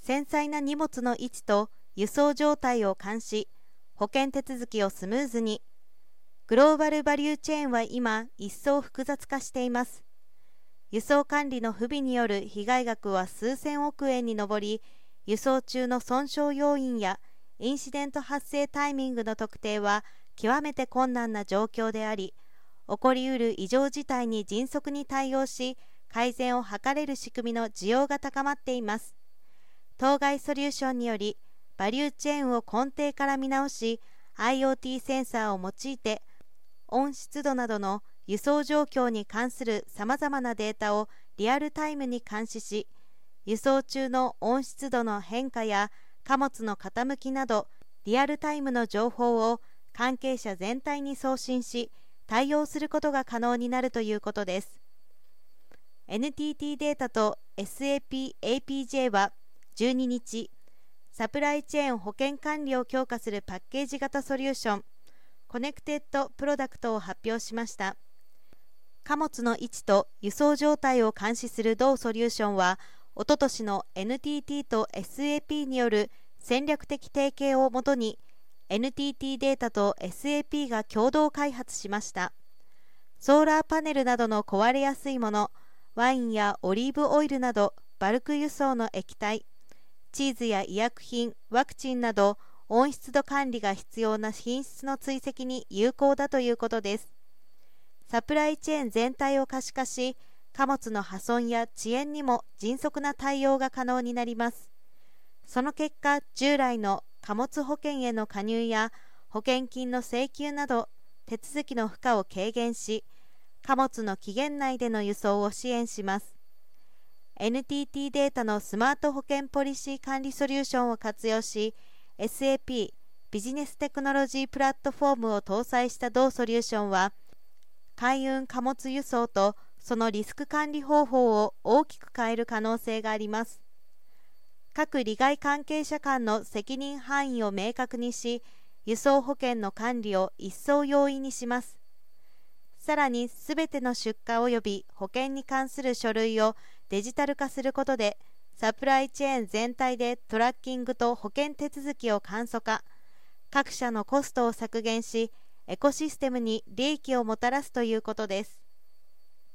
繊細な荷物の位置と輸送状態を監視、保険手続きをスムーズに。グローバルバリューチェーンは今、一層複雑化しています。輸送管理の不備による被害額は数千億円に上り、輸送中の損傷要因やインシデント発生タイミングの特定は極めて困難な状況であり、起こりうる異常事態に迅速に対応し、改善を図れる仕組みの需要が高まっています。当該ソリューションにより、バリューチェーンを根底から見直し、IoT センサーを用いて、温湿度などの輸送状況に関するさまざまなデータをリアルタイムに監視し、輸送中の温湿度の変化や貨物の傾きなど、リアルタイムの情報を関係者全体に送信し、対応することが可能になるということです。NTT データと SAP APJ は12日、サプライチェーン保険管理を強化するパッケージ型ソリューション、コネクテッドプロダクトを発表しました。貨物の位置と輸送状態を監視する同ソリューションは、おととしの NTT と SAP による戦略的提携をもとに、NTT データと SAP が共同開発しました。ソーラーパネルなどの壊れやすいもの、ワインやオリーブオイルなどバルク輸送の液体、チーズや医薬品、ワクチンなど温湿度管理が必要な品質の追跡に有効だということです。サプライチェーン全体を可視化し、貨物の破損や遅延にも迅速な対応が可能になります。その結果、従来の貨物保険への加入や保険金の請求など手続きの負荷を軽減し、貨物の期限内での輸送を支援します。NTT データのスマート保険ポリシー管理ソリューションを活用し、SAP ビジネステクノロジープラットフォームを搭載した同ソリューションは、海運貨物輸送とそのリスク管理方法を大きく変える可能性があります。各利害関係者間の責任範囲を明確にし、輸送保険の管理を一層容易にします。さらに、すべての出荷及び保険に関する書類をデジタル化することで、サプライチェーン全体でトラッキングと保険手続きを簡素化、各社のコストを削減し、エコシステムに利益をもたらすということです。